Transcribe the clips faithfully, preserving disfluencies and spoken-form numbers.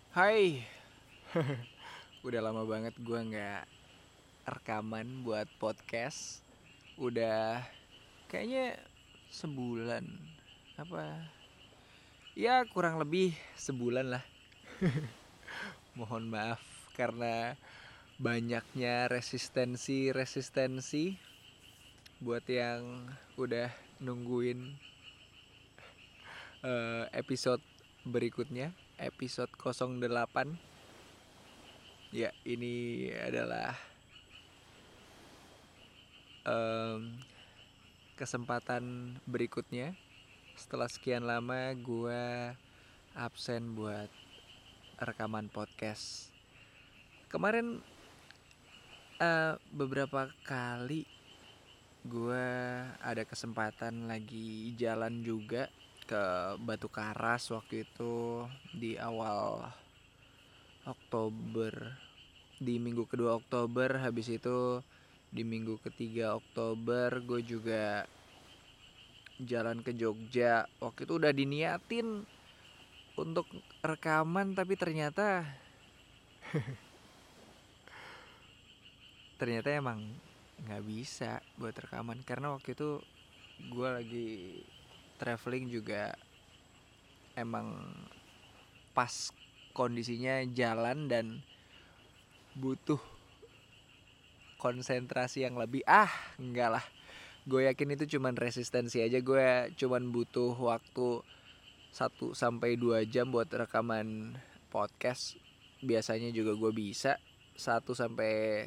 Hai, udah lama banget gue nggak rekaman buat podcast. Udah kayaknya sebulan apa? Ya kurang lebih sebulan lah. Mohon maaf karena banyaknya resistensi-resistensi buat yang udah nungguin eh, episode berikutnya, episode nol delapan. Ya, ini adalah em, kesempatan berikutnya. Setelah sekian lama gue absen buat rekaman podcast. Kemarin uh, beberapa kali gue ada kesempatan lagi jalan juga ke Batu Karas waktu itu di awal Oktober. Di minggu kedua Oktober, habis itu di minggu ketiga Oktober gue juga jalan ke Jogja. Waktu itu udah diniatin untuk rekaman, tapi ternyata ternyata emang nggak bisa buat rekaman karena waktu itu gue lagi traveling juga, emang pas kondisinya jalan dan butuh konsentrasi yang lebih. Ah enggak lah, gue yakin itu cuman resistensi aja. Gue cuman butuh waktu satu sampai dua jam buat rekaman podcast. Biasanya juga gue bisa satu sampai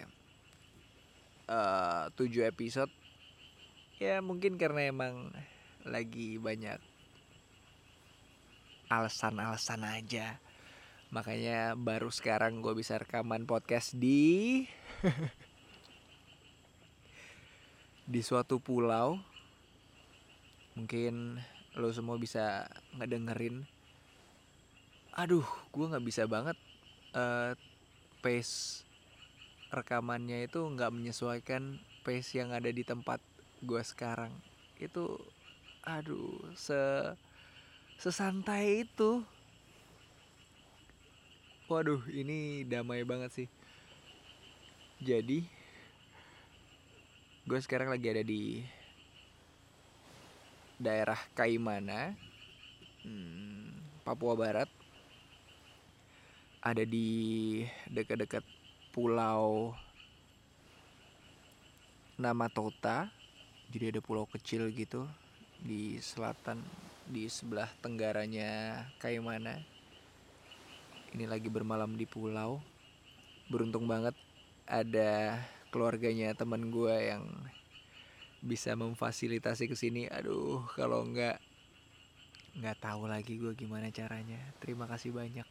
uh, tujuh episode. Ya mungkin karena emang lagi banyak alasan-alasan aja. Makanya baru sekarang gue bisa rekaman podcast di di suatu pulau. Mungkin lo semua bisa ngedengerin. Aduh, gue nggak bisa banget uh, pace rekamannya itu nggak menyesuaikan pace yang ada di tempat gue sekarang. Itu aduh, se sesantai itu. Waduh, ini damai banget sih. Jadi gue sekarang lagi ada di daerah Kaimana, hmm, Papua Barat. Ada di dekat-dekat pulau nama Tota. Jadi ada pulau kecil gitu di selatan, di sebelah tenggaranya Kaimana. Ini lagi bermalam di pulau. Beruntung banget ada keluarganya teman gue yang bisa memfasilitasi kesini. Aduh, kalau nggak nggak tahu lagi gue gimana caranya. Terima kasih banyak.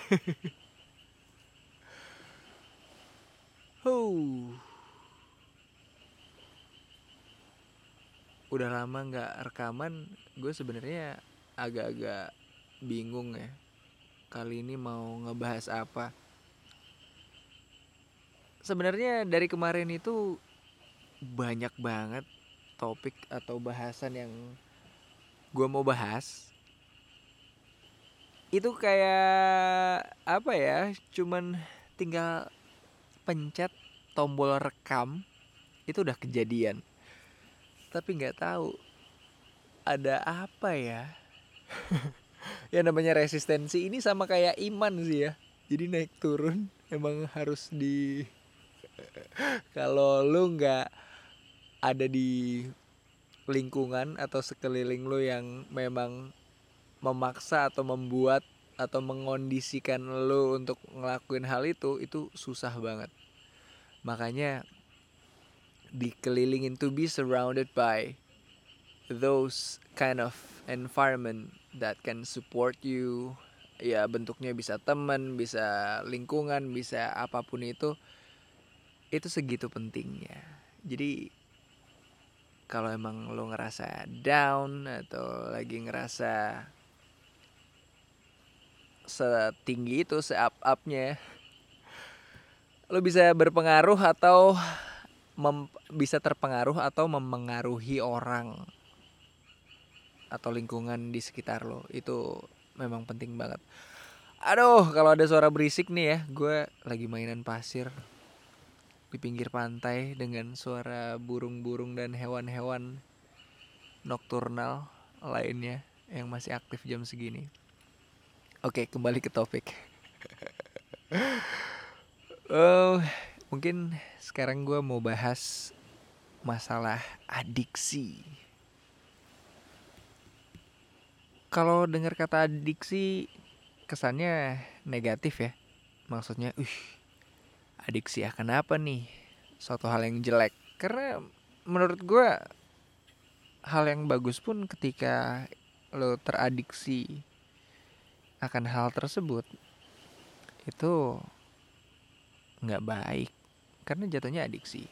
Huh, udah lama nggak rekaman. Gue sebenarnya agak-agak bingung ya. Kali ini mau ngebahas apa? Sebenarnya dari kemarin itu banyak banget topik atau bahasan yang gue mau bahas. Itu kayak apa ya? Cuman tinggal pencet tombol rekam itu udah kejadian. Tapi nggak tahu ada apa ya. Ya namanya resistensi ini sama kayak iman sih ya. Jadi naik turun emang harus di kalau lu nggak ada di lingkungan atau sekeliling lu yang memang memaksa atau membuat atau mengondisikan lu untuk ngelakuin hal itu, itu susah banget. Makanya dikelilingin, to be surrounded by those kind of environment that can support you. Ya bentuknya bisa teman, bisa lingkungan, bisa apapun itu. Itu segitu pentingnya. Jadi kalau emang lo ngerasa down atau lagi ngerasa setinggi itu, se-up-upnya, lo bisa berpengaruh atau mem- bisa terpengaruh atau memengaruhi orang atau lingkungan di sekitar lo. Itu memang penting banget. Aduh, kalau ada suara berisik nih ya, gue lagi mainan pasir di pinggir pantai dengan suara burung-burung dan hewan-hewan nokturnal lainnya yang masih aktif jam segini. Oke, kembali ke topik. Oh, mungkin sekarang gue mau bahas masalah adiksi. Kalau dengar kata adiksi, kesannya negatif ya. Maksudnya, uh, adiksi akan apa nih? Suatu hal yang jelek. Karena menurut gue hal yang bagus pun ketika lo teradiksi akan hal tersebut itu nggak baik karena jatuhnya adiksi.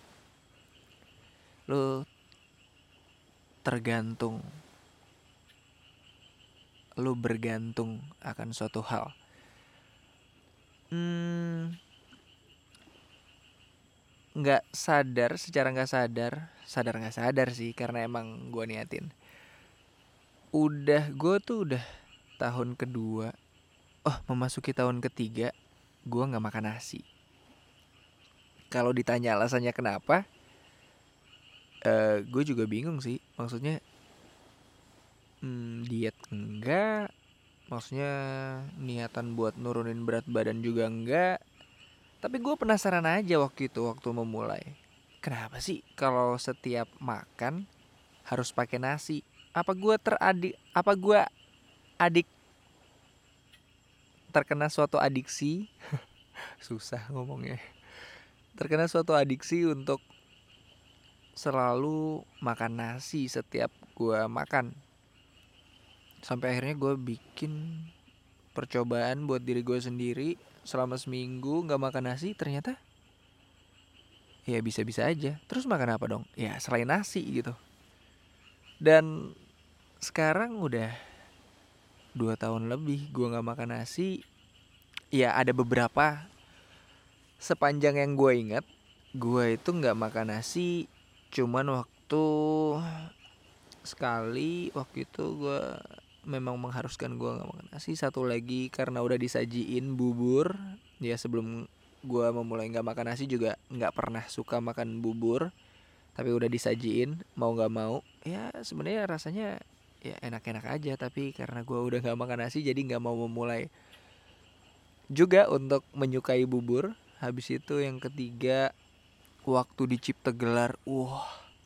Lo tergantung, lo bergantung akan suatu hal. Hmm, nggak sadar, secara nggak sadar, sadar nggak sadar sih karena emang gue niatin. Udah, gue tuh udah tahun kedua, oh memasuki tahun ketiga, gue nggak makan nasi. Kalau ditanya alasannya kenapa, uh, gue juga bingung sih. Maksudnya hmm, diet enggak, maksudnya niatan buat nurunin berat badan juga enggak. Tapi gue penasaran aja waktu itu, waktu memulai. Kenapa sih kalau setiap makan harus pakai nasi? Apa gue teradik, apa gue adik terkena suatu adiksi? Susah ngomongnya. Terkena suatu adiksi untuk selalu makan nasi setiap gue makan. Sampai akhirnya gue bikin percobaan buat diri gue sendiri. Selama seminggu gak makan nasi, ternyata ya bisa-bisa aja. Terus makan apa dong? Ya selain nasi gitu. Dan sekarang udah dua tahun lebih gue gak makan nasi. Ya ada beberapa, sepanjang yang gue ingat, gue itu gak makan nasi cuman waktu sekali. Waktu itu gue memang mengharuskan gue gak makan nasi. Satu lagi karena udah disajiin bubur. Ya sebelum gue memulai gak makan nasi juga gak pernah suka makan bubur, tapi udah disajiin mau gak mau. Ya sebenarnya rasanya ya enak-enak aja, tapi karena gue udah gak makan nasi jadi gak mau memulai juga untuk menyukai bubur. Habis itu yang ketiga, waktu di Cipta Gelar. Wah,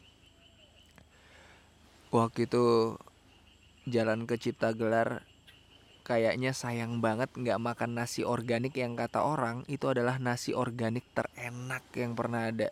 waktu itu jalan ke Cipta Gelar, kayaknya sayang banget gak makan nasi organik yang kata orang itu adalah nasi organik terenak yang pernah ada.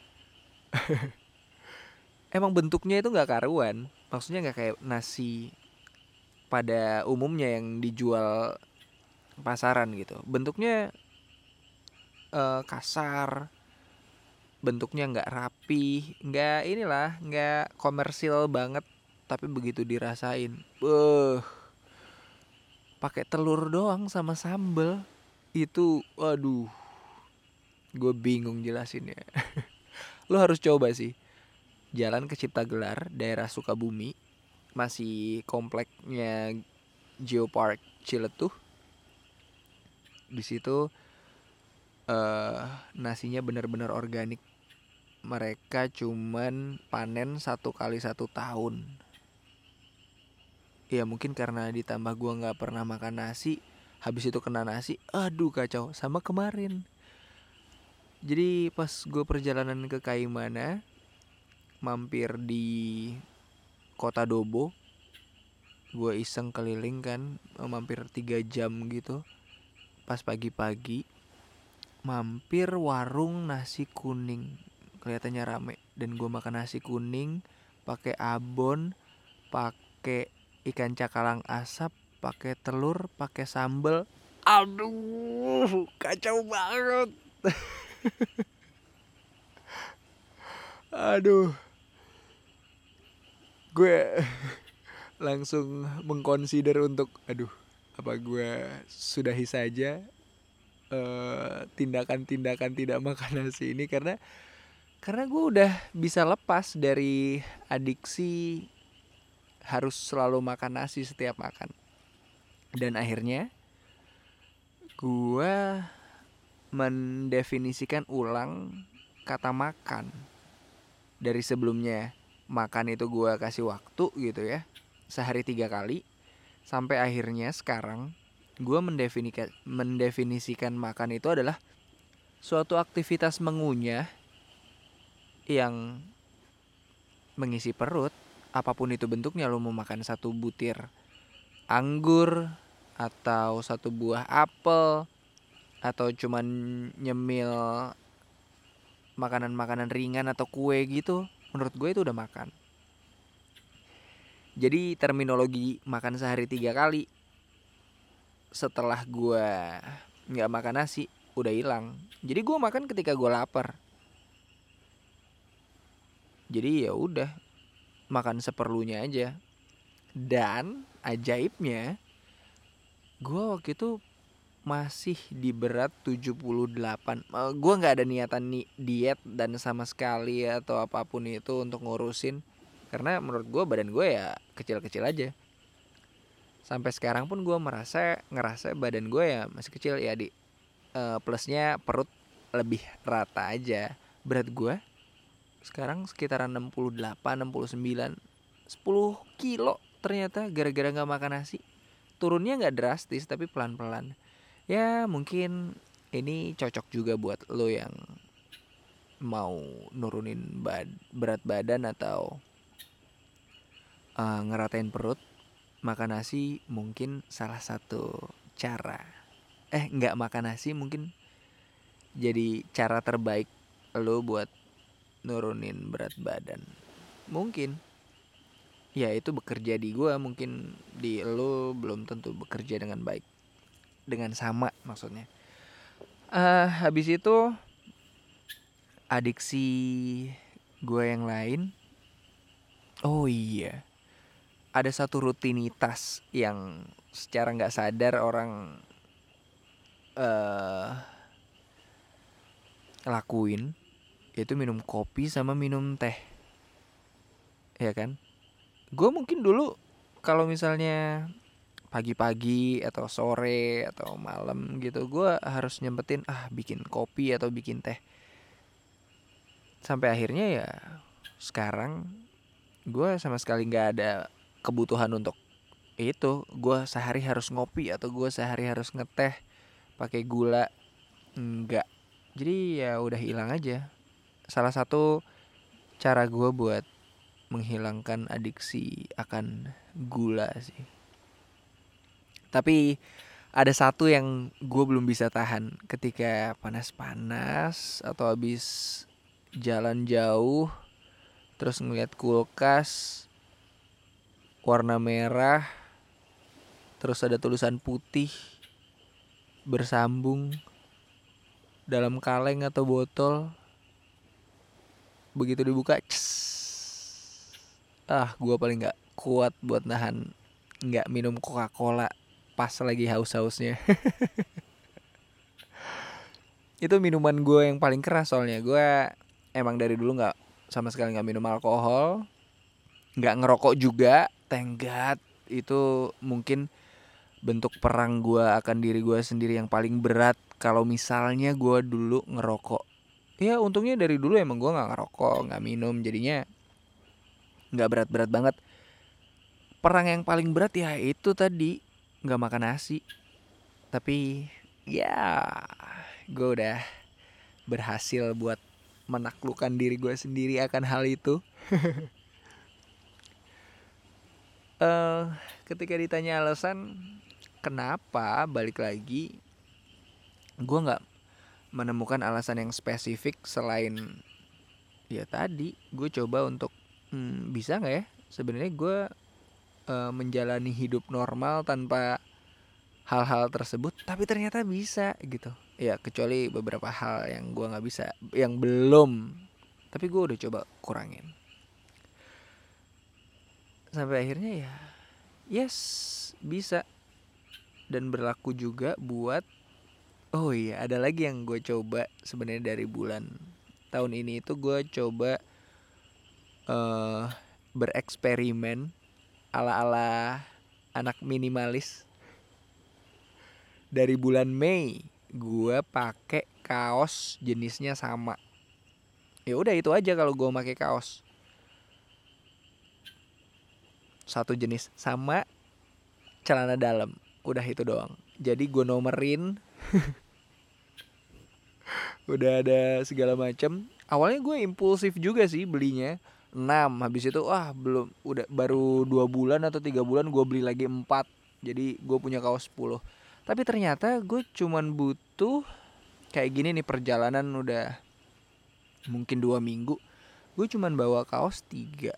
Emang bentuknya itu gak karuan. Maksudnya gak kayak nasi pada umumnya yang dijual pasaran gitu. Bentuknya uh, kasar, bentuknya gak rapi, gak inilah, gak komersil banget. Tapi begitu dirasain, beuh, pakai telur doang sama sambel itu, waduh, gue bingung jelasinnya. Lo harus coba sih, jalan ke Cipta Gelar, daerah Sukabumi, masih kompleknya Geopark Ciletuh. Di situ uh, nasinya benar-benar organik. Mereka cuman panen satu kali satu tahun. Ya mungkin karena ditambah gue gak pernah makan nasi, habis itu kena nasi, aduh kacau. Sama kemarin. Jadi pas gue perjalanan ke Kaimana, mampir di Kota Dobo, gue iseng keliling kan, mampir tiga jam gitu. Pas pagi-pagi, mampir warung nasi kuning, kelihatannya rame. Dan gue makan nasi kuning pakai abon, pakai ikan cakalang asap, pakai telur, pakai sambel. Aduh, kacau banget. Aduh, gue langsung mengconsider untuk, aduh, apa gue sudahi saja uh, tindakan-tindakan tidak makan nasi ini. Karena karena gue udah bisa lepas dari adiksi harus selalu makan nasi setiap makan. Dan akhirnya Gue mendefinisikan ulang kata makan. Dari sebelumnya makan itu gue kasih waktu gitu ya, sehari tiga kali. Sampai akhirnya sekarang gue mendefinisikan, mendefinisikan makan itu adalah suatu aktivitas mengunyah yang mengisi perut. Apapun itu bentuknya, lo mau makan satu butir anggur, atau satu buah apel, atau cuman nyemil makanan-makanan ringan atau kue gitu, menurut gue itu udah makan. Jadi terminologi makan sehari tiga kali setelah gue nggak makan nasi udah hilang. Jadi gue makan ketika gue lapar. Jadi ya udah, makan seperlunya aja. Dan ajaibnya, gue waktu itu masih di berat tujuh puluh delapan. Uh, gue gak ada niatan nih diet dan sama sekali atau apapun itu untuk ngurusin. Karena menurut gue badan gue ya kecil-kecil aja. Sampai sekarang pun gue merasa ngerasa badan gue ya masih kecil ya, di uh, plusnya perut lebih rata aja. Berat gue sekarang sekitaran enam puluh delapan, enam puluh sembilan, sepuluh kilo ternyata gara-gara gak makan nasi. Turunnya gak drastis tapi pelan-pelan. Ya mungkin ini cocok juga buat lo yang mau nurunin bad, berat badan atau uh, ngeratain perut. Makan nasi mungkin salah satu cara. Eh gak makan nasi mungkin jadi cara terbaik lo buat nurunin berat badan. Mungkin ya itu bekerja di gue, mungkin di lo belum tentu bekerja dengan baik, dengan sama maksudnya. Uh, habis itu adiksi gue yang lain. Oh iya, ada satu rutinitas yang secara gak sadar orang uh, lakuin, yaitu minum kopi sama minum teh. Ya kan? Gue mungkin dulu kalau misalnya pagi-pagi atau sore atau malam gitu, gue harus nyempetin ah bikin kopi atau bikin teh. Sampai akhirnya ya sekarang gue sama sekali gak ada kebutuhan untuk itu. Gue sehari harus ngopi atau gue sehari harus ngeteh pakai gula, enggak. Jadi ya udah hilang aja. Salah satu cara gue buat menghilangkan adiksi akan gula sih. Tapi ada satu yang gue belum bisa tahan ketika panas-panas atau habis jalan jauh terus ngeliat kulkas warna merah terus ada tulisan putih bersambung dalam kaleng atau botol. Begitu dibuka, ces, ah gue paling gak kuat buat nahan gak minum Coca-Cola pas lagi haus-hausnya. Itu minuman gue yang paling keras soalnya. Gue emang dari dulu gak sama sekali gak minum alkohol, gak ngerokok juga. Thank God. Itu mungkin bentuk perang gue akan diri gue sendiri yang paling berat. Kalau misalnya gue dulu ngerokok, ya untungnya dari dulu emang gue gak ngerokok, gak minum, jadinya gak berat-berat banget. Perang yang paling berat ya itu tadi, gak makan nasi. Tapi ya gue udah berhasil buat menaklukkan diri gue sendiri akan hal itu. uh, Ketika ditanya alasan kenapa balik lagi, gue gak menemukan alasan yang spesifik selain ya tadi gue coba untuk hmm, bisa nggak ya sebenarnya gue uh, menjalani hidup normal tanpa hal-hal tersebut, tapi ternyata bisa gitu ya, kecuali beberapa hal yang gue nggak bisa, yang belum, tapi gue udah coba kurangin sampai akhirnya ya yes bisa. Dan berlaku juga buat, oh iya ada lagi yang gue coba sebenarnya dari bulan tahun ini itu gue coba uh, bereksperimen ala-ala anak minimalis. Dari bulan Mei gue pakai kaos jenisnya sama. Ya udah itu aja kalau gue pakai kaos satu jenis sama celana dalam, udah itu doang. Jadi gue nomerin, udah ada segala macam. Awalnya gue impulsif juga sih belinya enam, habis itu wah belum, udah baru dua bulan atau tiga bulan gue beli lagi empat. Jadi gue punya kaos sepuluh. Tapi ternyata gue cuman butuh kayak gini nih, perjalanan udah mungkin dua minggu, gue cuman bawa kaos tiga,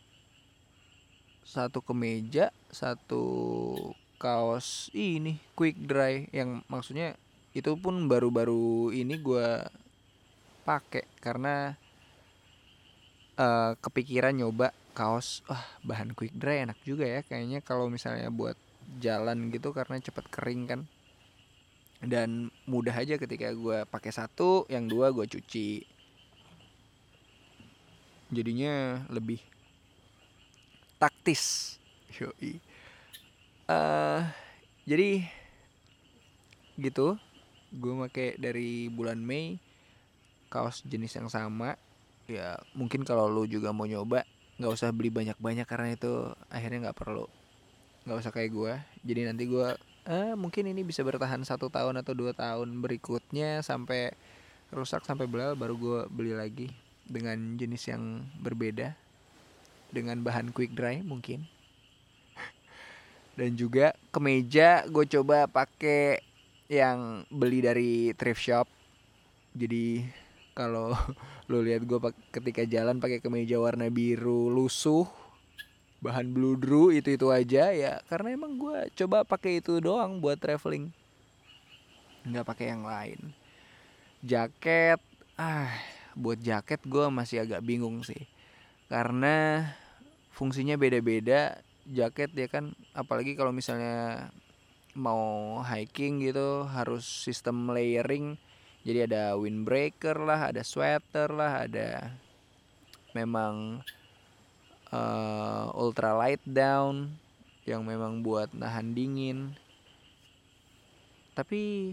satu kemeja, satu kaos ini quick dry, yang maksudnya itu pun baru-baru ini gue pakai karena uh, kepikiran nyoba kaos. Wah, bahan quick dry enak juga ya kayaknya kalau misalnya buat jalan gitu, karena cepet kering kan, dan mudah aja ketika gue pakai satu, yang dua gue cuci, jadinya lebih taktis. Yoi. Uh, jadi gitu, gue pakai dari bulan Mei kaos jenis yang sama. Ya mungkin kalau lu juga mau nyoba, nggak usah beli banyak-banyak karena itu akhirnya nggak perlu, nggak usah kayak gue. Jadi nanti gue eh, mungkin ini bisa bertahan satu tahun atau dua tahun berikutnya sampai rusak sampai belal, baru gue beli lagi dengan jenis yang berbeda, dengan bahan quick dry mungkin. Dan juga kemeja gue coba pakai yang beli dari thrift shop. Jadi kalau lo lihat gue ketika jalan pakai kemeja warna biru lusuh, bahan bludru, itu itu aja ya, karena emang gue coba pakai itu doang buat traveling, nggak pakai yang lain. Jaket, ah buat jaket gue masih agak bingung sih, karena fungsinya beda-beda jaket ya kan, apalagi kalau misalnya mau hiking gitu harus sistem layering. Jadi ada windbreaker lah, ada sweater lah, ada memang uh, ultra light down yang memang buat nahan dingin. Tapi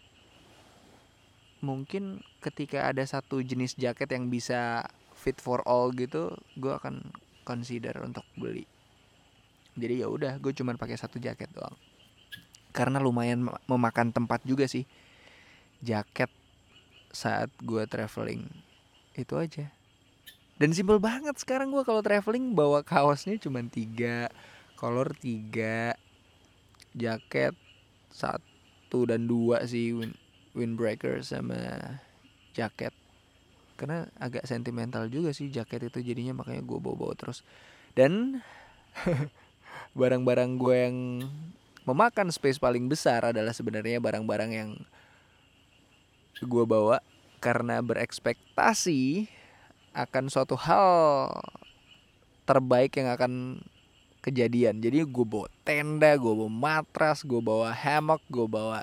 mungkin ketika ada satu jenis jaket yang bisa fit for all gitu, gue akan consider untuk beli. Jadi ya udah, gue cuma pakai satu jaket doang, karena lumayan memakan tempat juga sih jaket saat gue traveling. Itu aja. Dan simpel banget sekarang gue kalau traveling, bawa kaosnya cuma tiga, color tiga, jaket satu dan dua sih, wind, windbreaker sama jaket. Karena agak sentimental juga sih jaket itu jadinya, makanya gue bawa-bawa terus. Dan barang-barang gue yang memakan space paling besar adalah sebenarnya barang-barang yang gue bawa karena berekspektasi akan suatu hal terbaik yang akan kejadian. Jadi gue bawa tenda, gue bawa matras, gue bawa hammock, gue bawa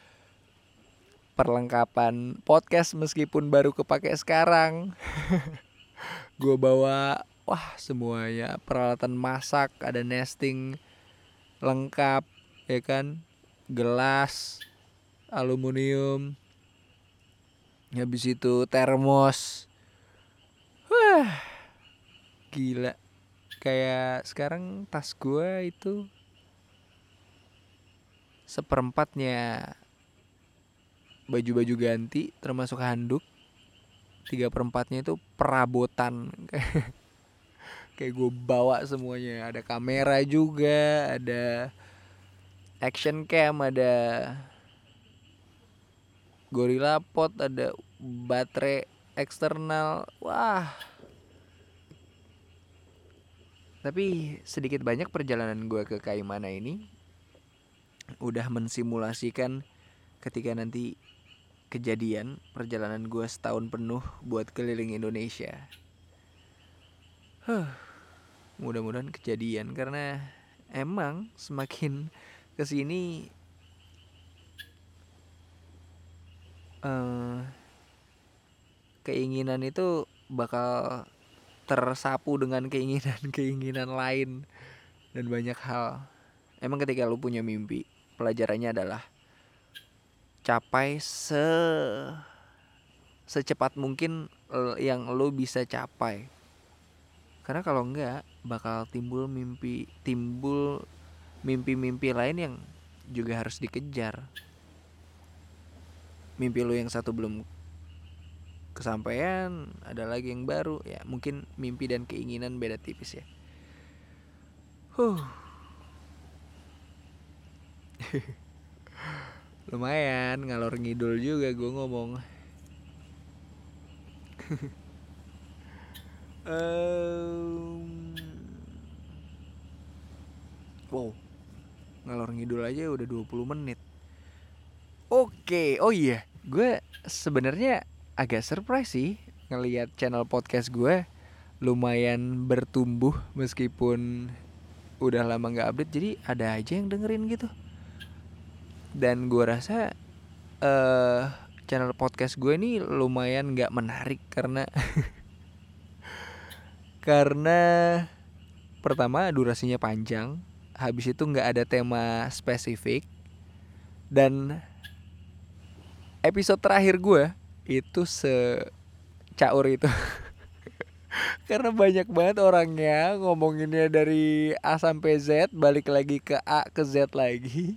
perlengkapan podcast meskipun baru kepake sekarang. Gue bawa wah semuanya, peralatan masak, ada nesting lengkap ya kan, gelas aluminium, habis itu termos. Wah gila, kayak sekarang tas gue itu seperempatnya baju-baju ganti termasuk handuk, tiga perempatnya itu perabotan. Kayak gue bawa semuanya, ada kamera juga, ada action cam, ada Gorilla Pod, ada baterai eksternal. Wah. Tapi sedikit banyak perjalanan gue ke Kaimana ini udah mensimulasikan ketika nanti kejadian perjalanan gue setahun penuh buat keliling Indonesia. Huh, mudah-mudahan kejadian, karena emang semakin kesini uh, keinginan itu bakal tersapu dengan keinginan-keinginan lain dan banyak hal. Emang ketika lu punya mimpi, pelajarannya adalah capai se secepat mungkin yang lo bisa capai. Karena kalau enggak bakal timbul mimpi timbul mimpi-mimpi lain yang juga harus dikejar. Mimpi lo yang satu belum kesampaian, ada lagi yang baru. Ya mungkin mimpi dan keinginan beda tipis ya. Huh. Lumayan ngalor ngidul juga gue ngomong. um, wow, ngalor ngidul aja udah dua puluh menit. Oke, oh iya, gue sebenarnya agak surprise sih ngelihat channel podcast gue lumayan bertumbuh meskipun udah lama nggak update, jadi ada aja yang dengerin gitu. Dan gue rasa uh, channel podcast gue ini lumayan nggak menarik karena karena pertama durasinya panjang, habis itu nggak ada tema spesifik, dan episode terakhir gue itu secaur itu. Karena banyak banget orangnya ngomonginnya dari A sampai Z, balik lagi ke A ke Z lagi.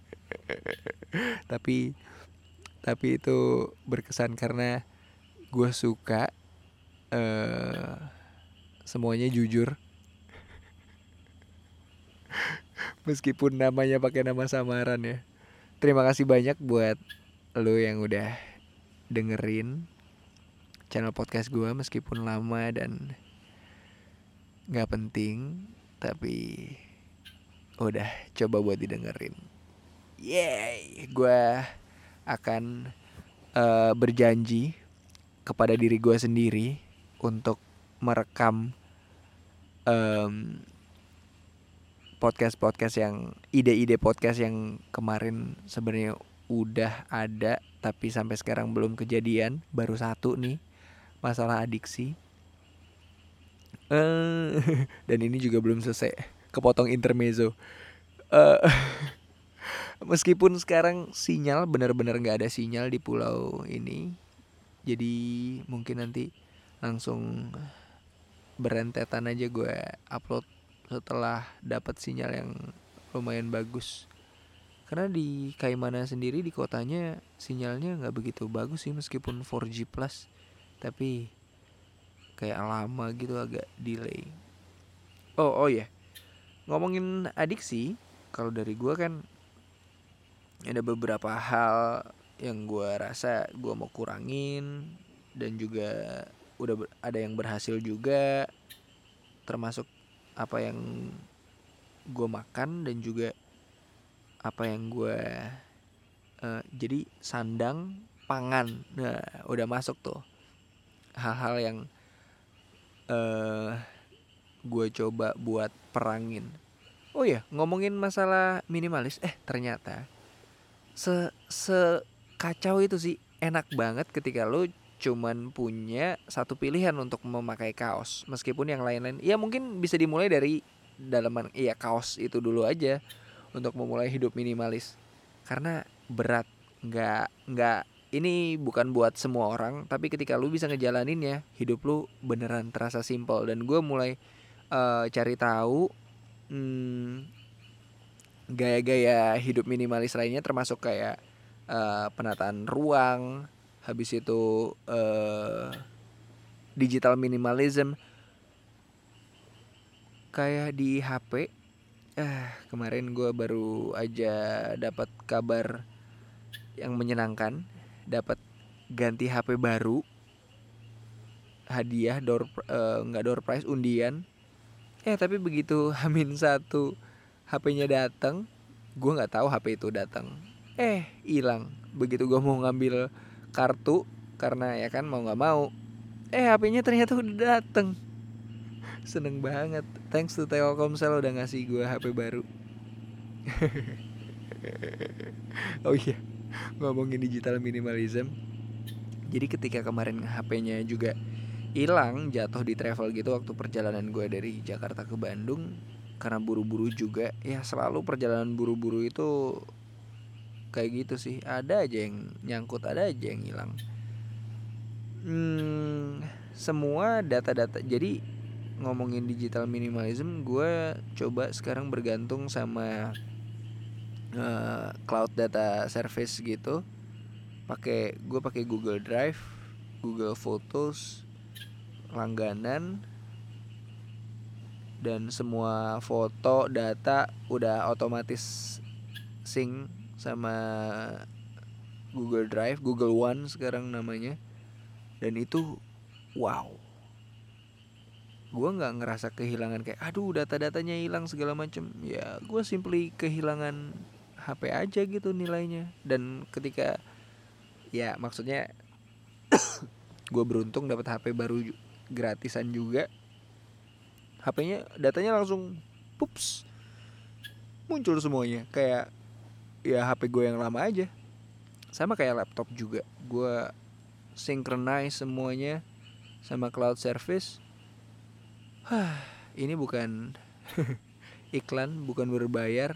tapi tapi itu berkesan karena gue suka uh, semuanya jujur. Meskipun namanya pakai nama samaran ya. Terima kasih banyak buat lo yang udah dengerin channel podcast gue meskipun lama dan gak penting, tapi udah coba buat didengerin. Yeay, gue akan uh, berjanji kepada diri gue sendiri untuk merekam um, podcast-podcast yang ide-ide podcast yang kemarin sebenarnya udah ada tapi sampai sekarang belum kejadian. Baru satu nih, masalah adiksi. Uh, dan ini juga belum selesai, kepotong intermezzo. Uh, meskipun sekarang sinyal benar-benar nggak ada sinyal di pulau ini, jadi mungkin nanti langsung berentetan aja gue upload setelah dapat sinyal yang lumayan bagus. Karena di Kaimana sendiri di kotanya sinyalnya nggak begitu bagus sih meskipun four G plus, tapi kayak lama gitu, agak delay. Oh oh ya, yeah. Ngomongin adiksi, kalau dari gue kan ada beberapa hal yang gue rasa gue mau kurangin dan juga udah ada yang berhasil juga, termasuk apa yang gue makan dan juga apa yang gue uh, jadi sandang pangan. Nah udah masuk tuh hal-hal yang uh, gue coba buat perangin. Oh ya, ngomongin masalah minimalis, eh ternyata se se kacau itu sih. Enak banget ketika lo cuman punya satu pilihan untuk memakai kaos, meskipun yang lain-lain ya mungkin bisa dimulai dari dalaman. Iya, kaos itu dulu aja untuk memulai hidup minimalis, karena berat. Nggak nggak ini bukan buat semua orang, tapi ketika lu bisa ngejalaninnya, hidup lu beneran terasa simpel. Dan gue mulai uh, cari tahu hmm, gaya-gaya hidup minimalis lainnya, termasuk kayak uh, penataan ruang, habis itu uh, digital minimalism. Kayak di H P, eh kemarin gue baru aja dapat kabar yang menyenangkan, dapat ganti H P baru, hadiah door uh, nggak door prize, undian. Eh tapi begitu Hamin satu H P-nya datang, gue nggak tahu H P itu datang, eh hilang. Begitu gue mau ngambil kartu, karena ya kan mau nggak mau, eh H P-nya ternyata udah datang. Seneng banget, thanks to Telkomsel udah ngasih gue H P baru. Oh iya, ngomongin digital minimalism, jadi ketika kemarin H P-nya juga hilang, jatuh di travel gitu waktu perjalanan gue dari Jakarta ke Bandung, karena buru-buru juga. Ya selalu perjalanan buru-buru itu kayak gitu sih. Ada aja yang nyangkut, ada aja yang hilang. Hmm, semua data-data. Jadi ngomongin digital minimalism, gue coba sekarang bergantung sama uh, cloud data service gitu. Pakai gue pakai Google Drive, Google Photos, langganan, dan semua foto data udah otomatis sync sama Google Drive, Google One sekarang namanya. Dan itu wow, gue nggak ngerasa kehilangan kayak aduh data-datanya hilang segala macem. Ya gue simply kehilangan H P aja gitu nilainya. Dan ketika ya maksudnya gue beruntung dapat H P baru gratisan juga, H P-nya datanya langsung pups muncul semuanya kayak ya H P gue yang lama aja. Sama kayak laptop juga, gue synchronize semuanya sama cloud service. Hah, ini bukan iklan, bukan berbayar,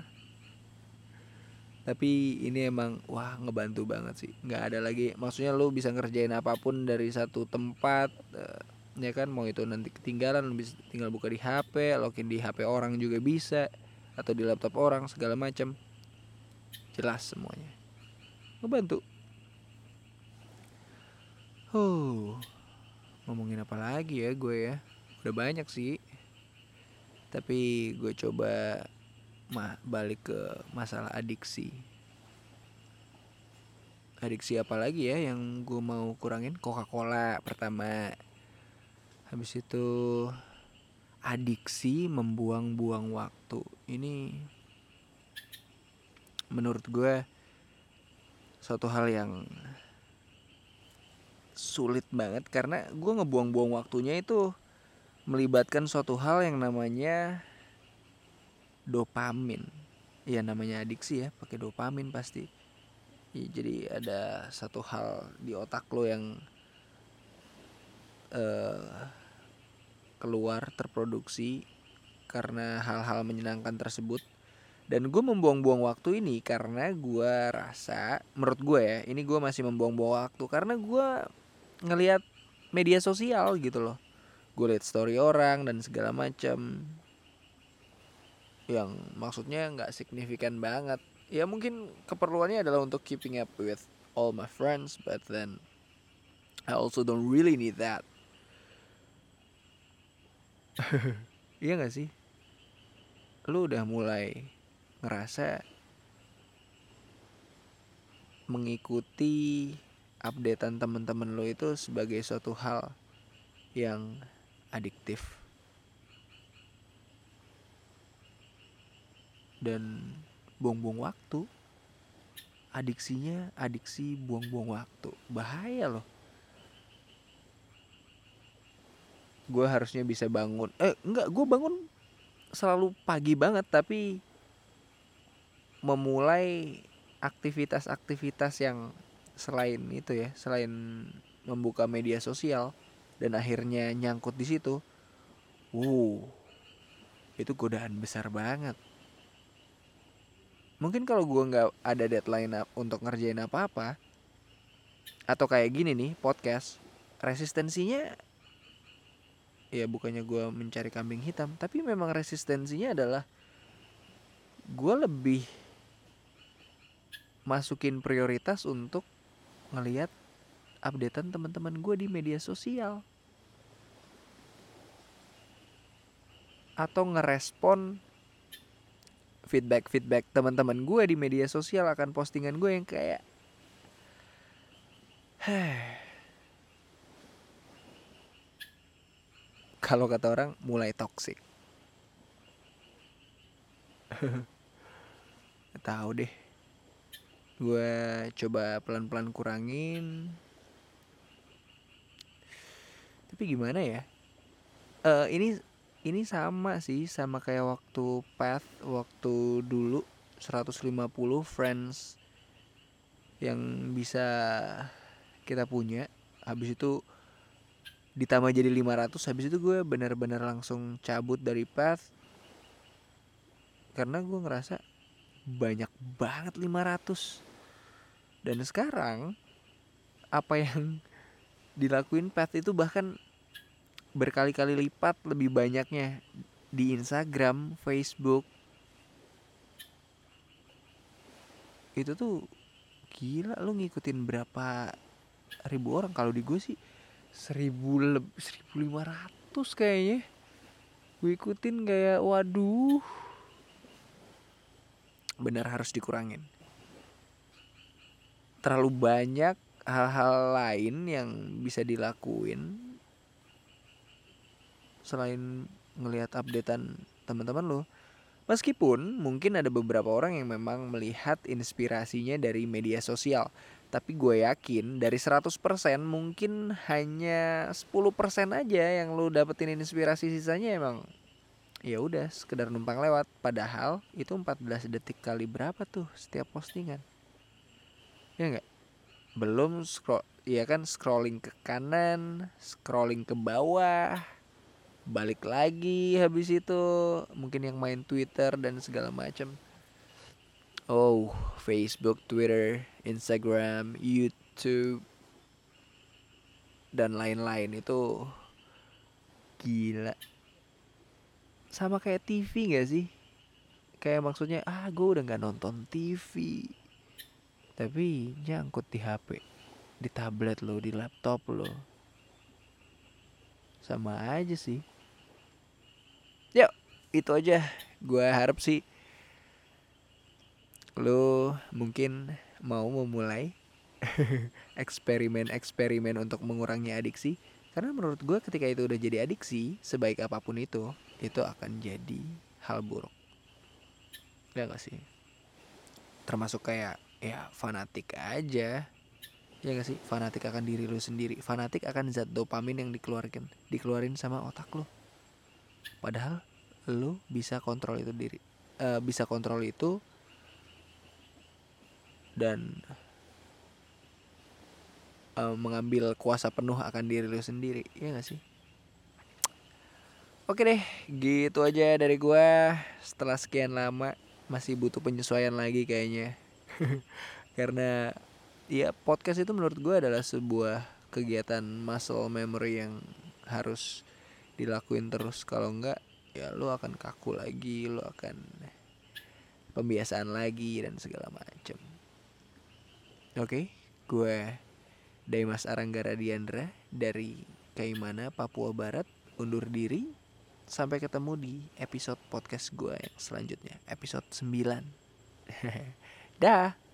tapi ini emang wah ngebantu banget sih. Nggak ada lagi, maksudnya lu bisa ngerjain apapun dari satu tempat, uh, ya kan, mau itu nanti ketinggalan lu bisa tinggal buka di H P, login di H P orang juga bisa, atau di laptop orang segala macam. Jelas semuanya ngebantu. Huh, ngomongin apa lagi ya gue ya? Udah banyak sih. Tapi gue coba mah balik ke masalah adiksi. Adiksi apa lagi ya yang gue mau kurangin? Coca-Cola pertama. Habis itu adiksi membuang-buang waktu. Ini menurut gue suatu hal yang sulit banget, karena gue ngebuang-buang waktunya itu melibatkan suatu hal yang namanya dopamin. Ya namanya adiksi ya, pakai dopamin pasti. Ya, jadi ada satu hal di otak lo yang uh, keluar, terproduksi karena hal-hal menyenangkan tersebut. Dan gue membuang-buang waktu ini karena gue rasa, menurut gue ya, ini gue masih membuang-buang waktu karena gue ngelihat media sosial gitu loh. Gue lihat story orang dan segala macam, yang maksudnya nggak signifikan banget. Ya mungkin keperluannya adalah untuk keeping up with all my friends, but then I also don't really need that. Iya gak sih? Lu udah mulai ngerasa mengikuti updatean teman-teman lo itu sebagai suatu hal yang adiktif dan buang-buang waktu. Adiksinya adiksi buang-buang waktu, bahaya loh. Gue harusnya bisa bangun, eh enggak, gue bangun selalu pagi banget, tapi memulai aktivitas-aktivitas yang selain itu ya, selain membuka media sosial dan akhirnya nyangkut di situ. Wow, itu godaan besar banget. Mungkin kalau gue nggak ada deadline untuk ngerjain apa-apa, atau kayak gini nih podcast, resistensinya ya bukannya gue mencari kambing hitam, tapi memang resistensinya adalah gue lebih masukin prioritas untuk ngelihat updatean teman-teman gue di media sosial, atau ngerespon feedback-feedback teman-teman gue di media sosial akan postingan gue yang kayak kalau kata orang mulai toksik. Tahu deh, gue coba pelan-pelan kurangin. Tapi gimana ya? Uh, ini ini sama sih, sama kayak waktu path, waktu dulu seratus lima puluh friends yang bisa kita punya. Habis itu ditambah jadi lima ratus. Habis itu gue benar-benar langsung cabut dari path karena gue ngerasa banyak banget lima ratus. Dan sekarang apa yang dilakuin Pat itu bahkan berkali-kali lipat lebih banyaknya di Instagram, Facebook. Itu tuh gila, lu ngikutin berapa ribu orang? Kalau di gue sih seribu lebih, seribu lima ratus kayaknya. Gue ikutin kayak waduh, bener harus dikurangin. Terlalu banyak hal-hal lain yang bisa dilakuin selain ngelihat updatean teman-teman lo. Meskipun mungkin ada beberapa orang yang memang melihat inspirasinya dari media sosial, tapi gue yakin dari seratus persen mungkin hanya sepuluh persen aja yang lo dapetin inspirasi, sisanya emang ya udah sekedar numpang lewat. Padahal itu empat belas detik kali berapa tuh setiap postingan, ya nggak? Belum scroll, ya kan, scrolling ke kanan, scrolling ke bawah, balik lagi, habis itu mungkin yang main Twitter dan segala macam. Oh, Facebook, Twitter, Instagram, YouTube, dan lain-lain itu gila. Sama kayak T V gak sih? Kayak maksudnya, ah gue udah gak nonton T V, tapi nyangkut di H P, di tablet lo, di laptop lo. Sama aja sih. Yuk, itu aja. Gue harap sih lo mungkin mau memulai eksperimen-eksperimen untuk mengurangi adiksi. Karena menurut gue ketika itu udah jadi adiksi, sebaik apapun itu, itu akan jadi hal buruk. Ya gak sih? Termasuk kayak ya fanatik aja. Ya gak sih? Fanatik akan diri lu sendiri. Fanatik akan zat dopamin yang dikeluarkan Dikeluarin sama otak lu. Padahal lu bisa kontrol itu diri uh, Bisa kontrol itu dan uh, mengambil kuasa penuh akan diri lu sendiri. Ya gak sih? Oke deh, gitu aja dari gua. Setelah sekian lama, masih butuh penyesuaian lagi kayaknya. Karena ya podcast itu menurut gue adalah sebuah kegiatan muscle memory yang harus dilakuin terus. Kalau enggak ya lu akan kaku lagi, lu akan pembiasaan lagi dan segala macam. Oke, gue Daimas Aranggara Diandra dari Kaimana, Papua Barat, undur diri. Sampai ketemu di episode podcast gue yang selanjutnya, episode sembilan. Dah.